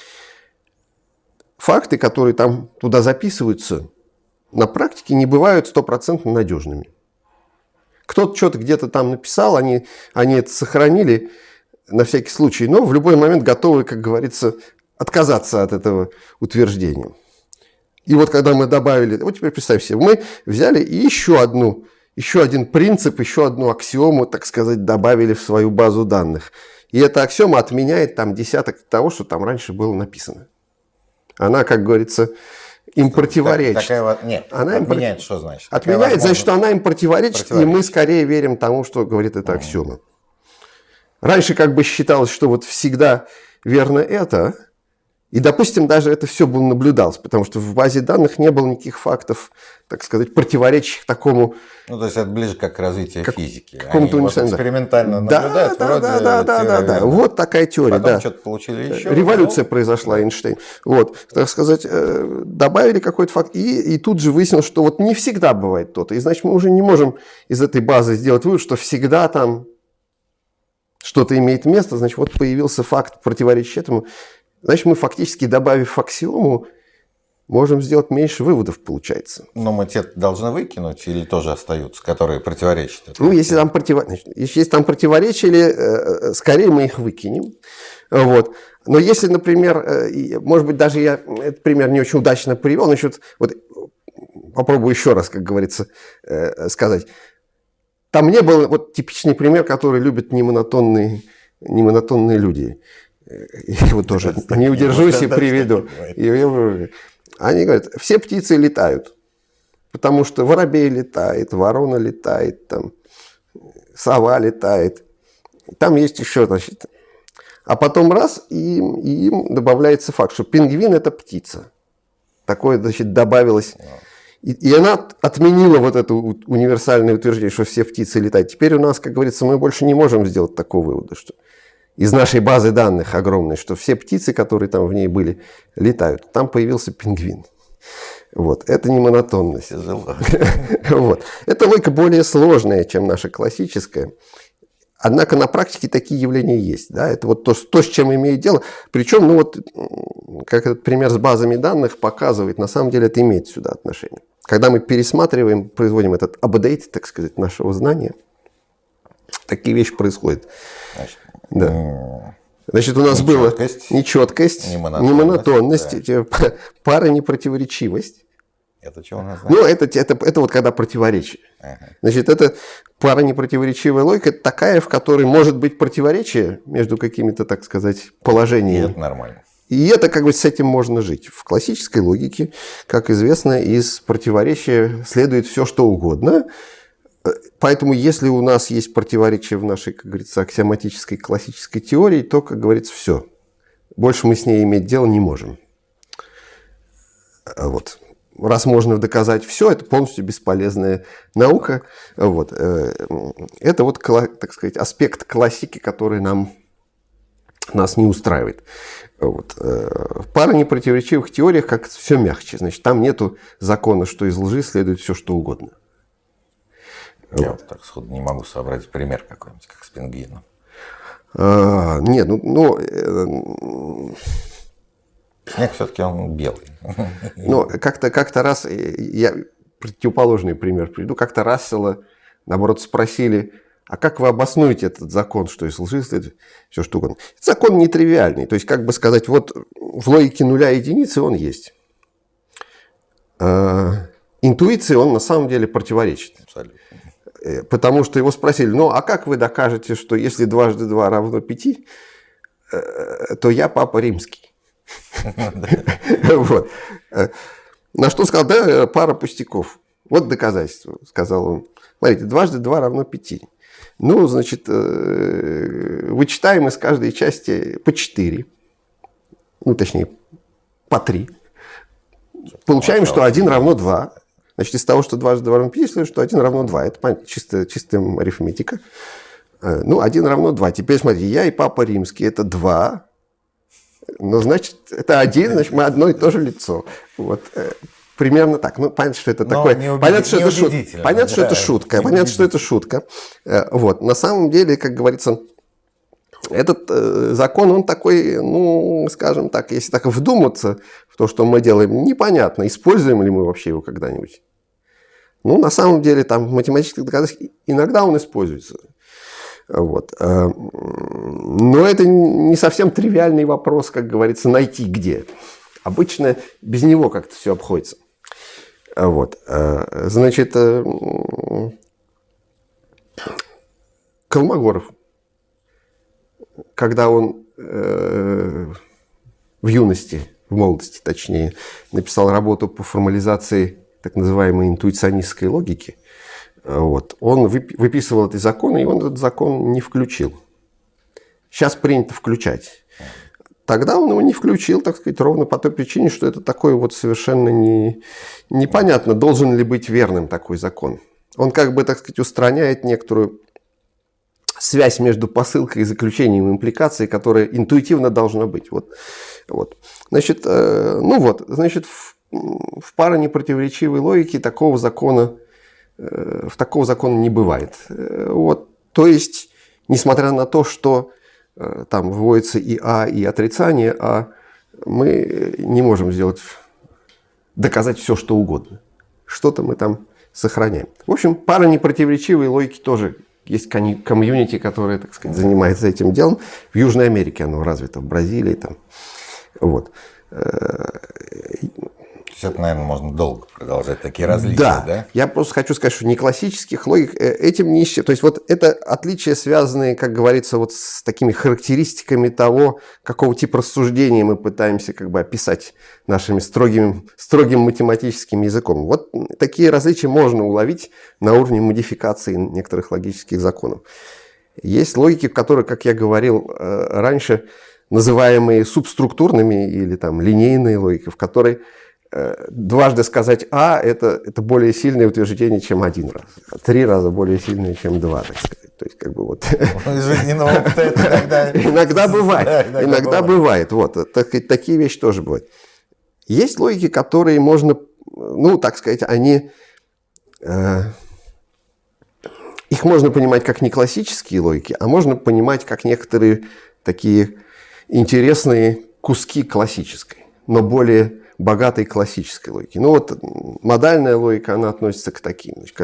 Факты, которые там туда записываются, на практике не бывают стопроцентно надежными. Кто-то что-то где-то там написал, они это сохранили на всякий случай, но в любой момент готовы, как говорится, отказаться от этого утверждения. И вот когда мы добавили, вот теперь представь себе, мы взяли и еще один принцип, еще одну аксиому, так сказать, добавили в свою базу данных. И эта аксиома отменяет там десяток того, что там раньше было написано. Она, как говорится, им противоречит. Нет, она отменяет, что значит? Отменяет, значит, что она им противоречит, и мы скорее верим тому, что говорит эта аксиома. Раньше как бы считалось, что вот всегда верно это, и, допустим, даже это все было наблюдалось, потому что в базе данных не было никаких фактов, так сказать, противоречащих такому. Ну, то есть это ближе как к развитию физики. Они вот экспериментально наблюдают, да. Вот такая теория, потом что-то получили еще. Революция произошла, Эйнштейн. Вот, так сказать, добавили какой-то факт, и тут же выяснилось, что вот не всегда бывает то-то. И, значит, мы уже не можем из этой базы сделать вывод, что всегда там что-то имеет место, значит, вот появился факт, противоречащий этому. Значит, мы фактически, добавив аксиому, можем сделать меньше выводов, получается. Но мы те должны выкинуть или тоже остаются, которые противоречат этому? Ну, если там противоречия, или скорее мы их выкинем. Вот. Но если, например, может быть, даже я этот пример не очень удачно привел, значит, вот попробую еще раз, как говорится, сказать. Там не было вот типичный пример, который любят немонотонные люди. Я его тоже не удержусь и приведу. Они говорят, все птицы летают, потому что воробей летает, ворона летает, там, сова летает. Там есть еще, значит. А потом раз, и им добавляется факт, что пингвин – это птица. Такое, значит, добавилось. И она отменила вот это универсальное утверждение, что все птицы летают. Теперь у нас, как говорится, мы больше не можем сделать такого вывода, что из нашей базы данных огромной, что все птицы, которые там в ней были, летают. Там появился пингвин. Вот. Это не монотонность. Вот. Эта логика более сложная, чем наша классическая. Однако на практике такие явления есть. Да? Это вот то, с чем имеет дело. Причем, ну вот, как этот пример с базами данных показывает, на самом деле это имеет сюда отношение. Когда мы пересматриваем, производим этот апдейт, так сказать, нашего знания, такие вещи происходят. Да. Значит, у нас была нечеткость, немонотонность, да. паранепротиворечивость. Это что у нас? Ну, это вот когда противоречие. Ага. Значит, это пара непротиворечивая логика, это такая, в которой может быть противоречие между какими-то, так сказать, И положениями. это нормально. И это как бы с этим можно жить. В классической логике, как известно, из противоречия следует все, что угодно. Поэтому, если у нас есть противоречие в нашей, как говорится, аксиоматической классической теории, то, как говорится, все. Больше мы с ней иметь дело не можем. Вот. Раз можно доказать все, это полностью бесполезная наука. Вот. Это вот, так сказать, аспект классики, который нас не устраивает. Вот. В паронепротиворечивых теориях как все мягче. Значит, там нету закона, что из лжи следует все, что угодно. Я вот так сходу не могу собрать пример какой-нибудь, как с пингвином. Нет, Снег все-таки он белый. но как-то раз, я противоположный пример приведу, как-то Рассела, наоборот, спросили, а как вы обоснуете этот закон, что из лжи следует все, что угодно? Это закон нетривиальный, то есть, как бы сказать, вот в логике нуля и единицы он есть. Интуиции он на самом деле противоречит. Абсолютно. Потому что его спросили, ну а как вы докажете, что если 2 × 2 равно 5, то я папа римский? Вот. На что он сказал, да, пара пустяков. Вот доказательство, сказал он. Смотрите, 2 × 2 равно 5. Ну, значит, вычитаем из каждой части по 4. Ну, точнее, по 3. Получаем, что 1 равно 2. Значит, из того, что 2 × 2 равно 5, следует, что 1 равно 2. Это чистая арифметика. Ну, 1 равно 2. Теперь смотрите, я и папа римский – это 2. Ну, значит, это 1, значит, мы одно и то же лицо. Вот. Примерно так. Ну, понятно, что это такое. Понятно, что это шутка. Понятно, что это шутка. Понятно, что это шутка. Вот. На самом деле, как говорится, этот закон, он такой, ну, скажем так, если так вдуматься в то, что мы делаем, непонятно, используем ли мы вообще его когда-нибудь. Ну, на самом деле, там в математических доказательствах иногда он используется. Вот. Но это не совсем тривиальный вопрос, как говорится, найти где. Обычно без него как-то все обходится. Вот. Значит, Колмогоров, когда он в юности, в молодости точнее, написал работу по формализации так называемой интуиционистской логики, вот, он выписывал эти законы, и он этот закон не включил. Сейчас принято включать. Тогда он его не включил, так сказать, ровно по той причине, что это такое вот совершенно непонятно, должен ли быть верным такой закон. Он как бы, так сказать, устраняет некоторую связь между посылкой и заключением импликации, которая интуитивно должна быть. Вот. Значит, в паронепротиворечивой логике такого закона не бывает. Вот. То есть, несмотря на то, что там вводится и А, и отрицание А, мы не можем доказать все, что угодно. Что-то мы там сохраняем. В общем, паронепротиворечивой логики тоже есть комьюнити, которое, так сказать, занимается этим делом. В Южной Америке оно развито, в Бразилии. Там. Вот. Это, наверное, можно долго продолжать такие различия, да? Я просто хочу сказать, что не классических логик этим не исчез. То есть вот это отличия, связанные, как говорится, вот с такими характеристиками того, какого типа рассуждения мы пытаемся как бы описать нашим строгим математическим языком. Вот такие различия можно уловить на уровне модификации некоторых логических законов. Есть логики, которые, как я говорил раньше, называемые субструктурными или там линейные логики, в которой дважды сказать А – это более сильное утверждение, чем 1 раз. 3 раза более сильное, чем 2, так сказать. То есть, как бы вот… Из жизненного опыта это иногда бывает. Иногда бывает. Вот. Такие вещи тоже бывают. Есть логики, которые можно, ну, так сказать, их можно понимать как не классические логики, а можно понимать как некоторые такие интересные куски классической, но более богатой классической логики. Ну вот модальная логика, она относится к таким. Значит,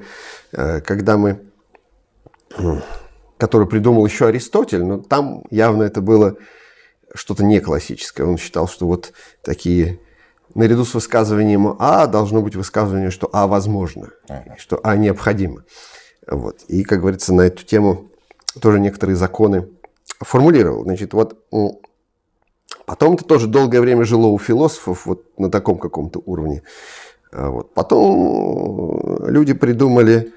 который придумал еще Аристотель, но там явно это было что-то не классическое. Он считал, что вот такие наряду с высказыванием А должно быть высказывание, что А возможно, что А необходимо. Вот. И, как говорится, на эту тему тоже некоторые законы формулировал. Значит, вот потом это тоже долгое время жило у философов вот на таком каком-то уровне. Вот. Потом люди придумали,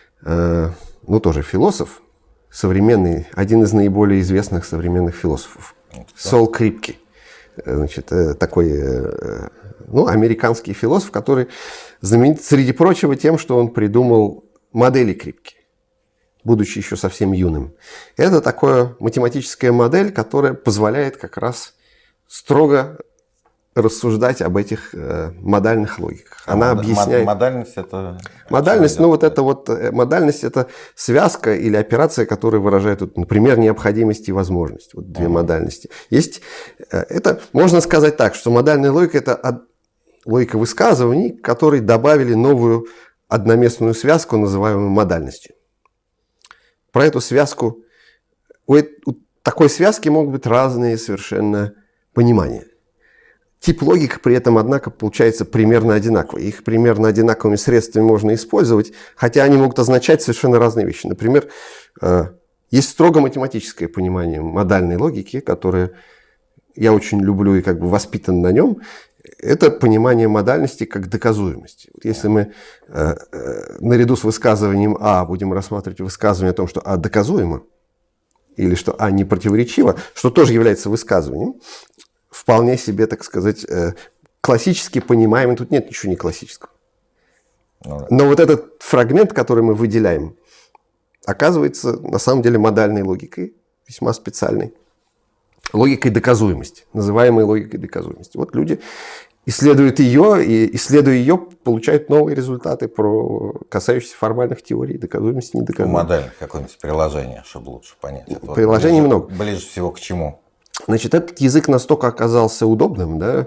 тоже философ современный, один из наиболее известных современных философов, Сол Крипке. Значит, такой американский философ, который знаменит, среди прочего, тем, что он придумал модели Крипке, будучи еще совсем юным. Это такая математическая модель, которая позволяет как раз строго рассуждать об этих модальных логиках. Она объясняет... Модальность это... Модальность, модальность это связка или операция, которая выражает, например, необходимость и возможность. Вот две модальности. Есть, это можно сказать так, что модальная логика это логика высказываний, которые добавили новую одноместную связку, называемую модальностью. Про эту связку, у такой связки могут быть разные совершенно понимания. Тип логики при этом, однако, получается примерно одинаковый. Их примерно одинаковыми средствами можно использовать, хотя они могут означать совершенно разные вещи. Например, есть строго математическое понимание модальной логики, которое я очень люблю и как бы воспитан на нем. Это понимание модальности как доказуемости. Если мы наряду с высказыванием А будем рассматривать высказывание о том, что А доказуемо, или что А не противоречиво, что тоже является высказыванием, вполне себе, так сказать, классически понимаем, тут нет ничего не классического. Но вот этот фрагмент, который мы выделяем, оказывается на самом деле модальной логикой, весьма специальной. Логикой доказуемости, называемой логикой доказуемости. Вот люди исследуют ее, и исследуя ее, получают новые результаты, касающиеся формальных теорий, доказуемости, недоказуемости. Модальных какое-нибудь приложение, чтобы лучше понять. Приложений много. Ближе всего к чему? Значит, этот язык настолько оказался удобным, да,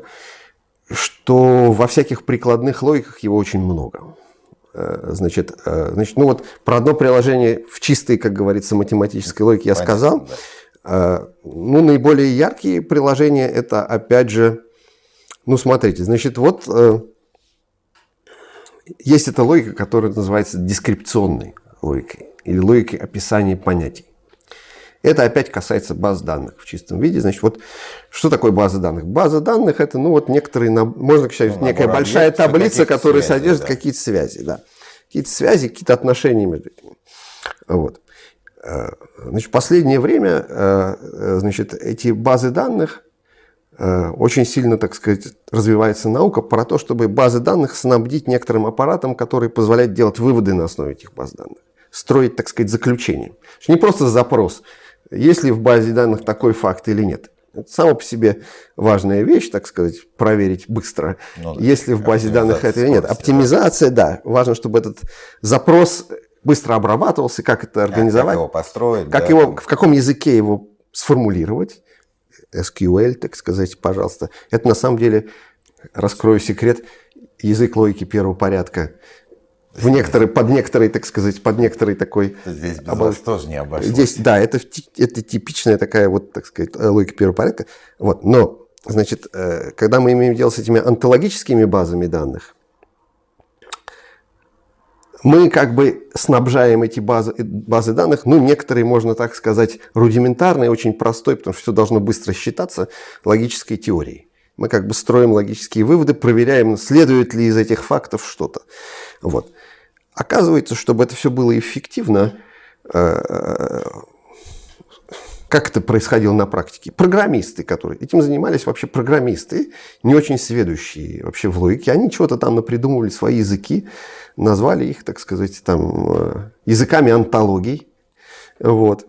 что во всяких прикладных логиках его очень много. Значит, про одно приложение в чистой, как говорится, математической логике я сказал. Да. Наиболее яркие приложения это, опять же, смотрите, значит, вот есть эта логика, которая называется дескрипционной логикой или логикой описания понятий. Это опять касается баз данных в чистом виде. Значит, вот что такое база данных? База данных это, некоторые, можно сказать, некая большая таблица, которая содержит какие-то связи, да. Какие-то связи, какие-то отношения между этими. Вот. Значит, в последнее время, значит, эти базы данных очень сильно, так сказать, развивается наука про то, чтобы базы данных снабдить некоторым аппаратом, который позволяет делать выводы на основе этих баз данных. Строить, так сказать, заключение. Не просто запрос, есть ли в базе данных такой факт или нет. Это само по себе важная вещь, так сказать, проверить быстро, есть ли в базе данных это или нет. Оптимизация, да. Важно, чтобы этот запрос быстро обрабатывался, как это организовать. Как его построить. В каком языке его сформулировать. SQL, так сказать, пожалуйста. Это на самом деле, раскрою секрет, язык логики первого порядка. Под некоторой такой... Здесь без вас тоже не обошлось. Здесь, да, это типичная такая вот, так сказать, логика первого порядка. Вот. Но, значит, когда мы имеем дело с этими онтологическими базами данных, мы как бы снабжаем эти базы данных, некоторые, можно так сказать, рудиментарные, очень простой, потому что все должно быстро считаться, логической теорией. Мы как бы строим логические выводы, проверяем, следует ли из этих фактов что-то. Вот. Оказывается, чтобы это все было эффективно, как это происходило на практике? Программисты, которые этим занимались, вообще программисты, не очень сведущие вообще в логике, они чего-то там напридумывали, свои языки, назвали их, так сказать, там, языками онтологий. Вот.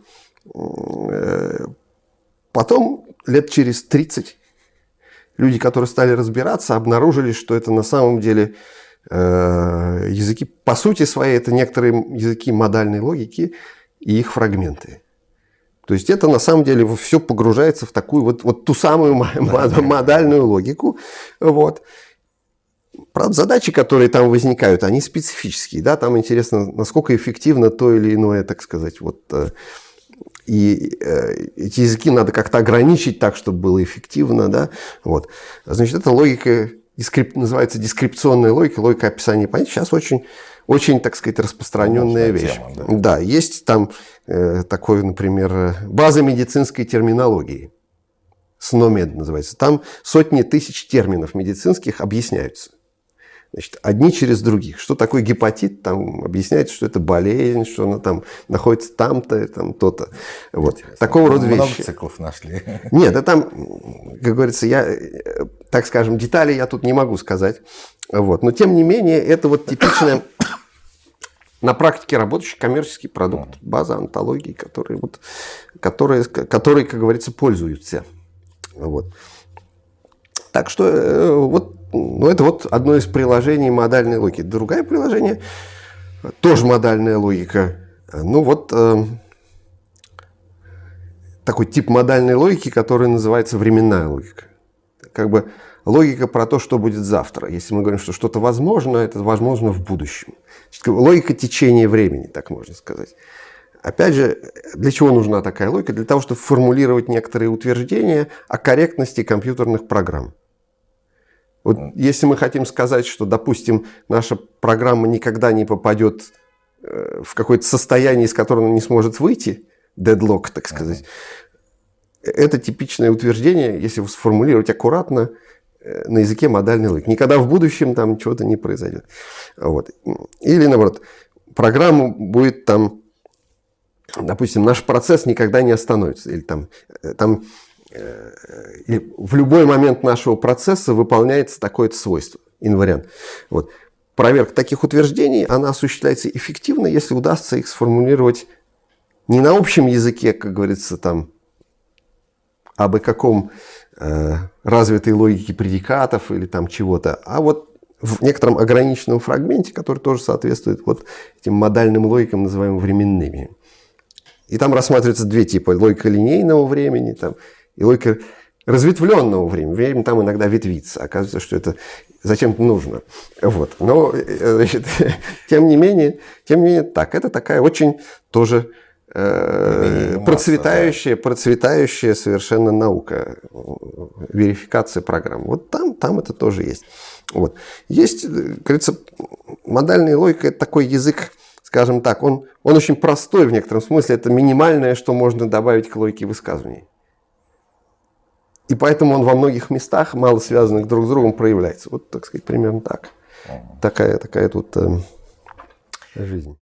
Потом, лет через 30, люди, которые стали разбираться, обнаружили, что это на самом деле языки, по сути своей, это некоторые языки модальной логики и их фрагменты. То есть это на самом деле все погружается в такую вот ту самую модальную логику. Вот. Правда, задачи, которые там возникают, они специфические. Да? Там интересно, насколько эффективно то или иное, так сказать, и эти языки надо как-то ограничить так, чтобы было эффективно. Да? Вот. Значит, это логика называется дескрипционная логика, логика описания понятий. Сейчас очень, очень, так сказать, распространенная вещь. Тема, да. Да, есть там такой, например, база медицинской терминологии. СНОМЕД называется. Там сотни тысяч терминов медицинских объясняются. Значит, одни через других. Что такое гепатит? Там объясняется, что это болезнь, что она там находится там-то, там то-то. Вот. Такого рода Много вещи. циклов нашли. Нет, да там, как говорится, так скажем, детали я тут не могу сказать. Вот. Но, тем не менее, это вот типичная на практике работающий коммерческий продукт. База антологии, которые, как говорится, пользуются. Вот. Так что вот, ну, это вот одно из приложений модальной логики. Другое приложение, тоже модальная логика. Ну вот такой тип модальной логики, который называется временная логика. Как бы логика про то, что будет завтра. Если мы говорим, что что-то возможно, это возможно в будущем. Логика течения времени, так можно сказать. Опять же, для чего нужна такая логика? Для того, чтобы формулировать некоторые утверждения о корректности компьютерных программ. Вот если мы хотим сказать, что, допустим, наша программа никогда не попадет в какое-то состояние, из которого она не сможет выйти, deadlock, так сказать, это типичное утверждение, если его сформулировать аккуратно, на языке модальной логики. Никогда в будущем там чего-то не произойдет. Вот. Или, наоборот, программа будет там, допустим, наш процесс никогда не остановится. Или там и в любой момент нашего процесса выполняется такое-то свойство, инвариант. Вот. Проверка таких утверждений, она осуществляется эффективно, если удастся их сформулировать не на общем языке, как говорится, там, абы каком развитой логике предикатов или там чего-то, а вот в некотором ограниченном фрагменте, который тоже соответствует вот этим модальным логикам, называемым временными. И там рассматриваются два типа: логика линейного времени там, и логика разветвленного времени. Время там иногда ветвится. Оказывается, что это зачем-то нужно. Вот. Но, значит, тем не менее, так. Это такая очень тоже процветающая совершенно наука. Верификация программ. Вот там это тоже есть. Вот. Есть, говорится, модальная логика – это такой язык, скажем так, он очень простой в некотором смысле. Это минимальное, что можно добавить к логике высказываний. И поэтому он во многих местах, мало связанных друг с другом, проявляется. Вот, так сказать, примерно так. Такая тут жизнь.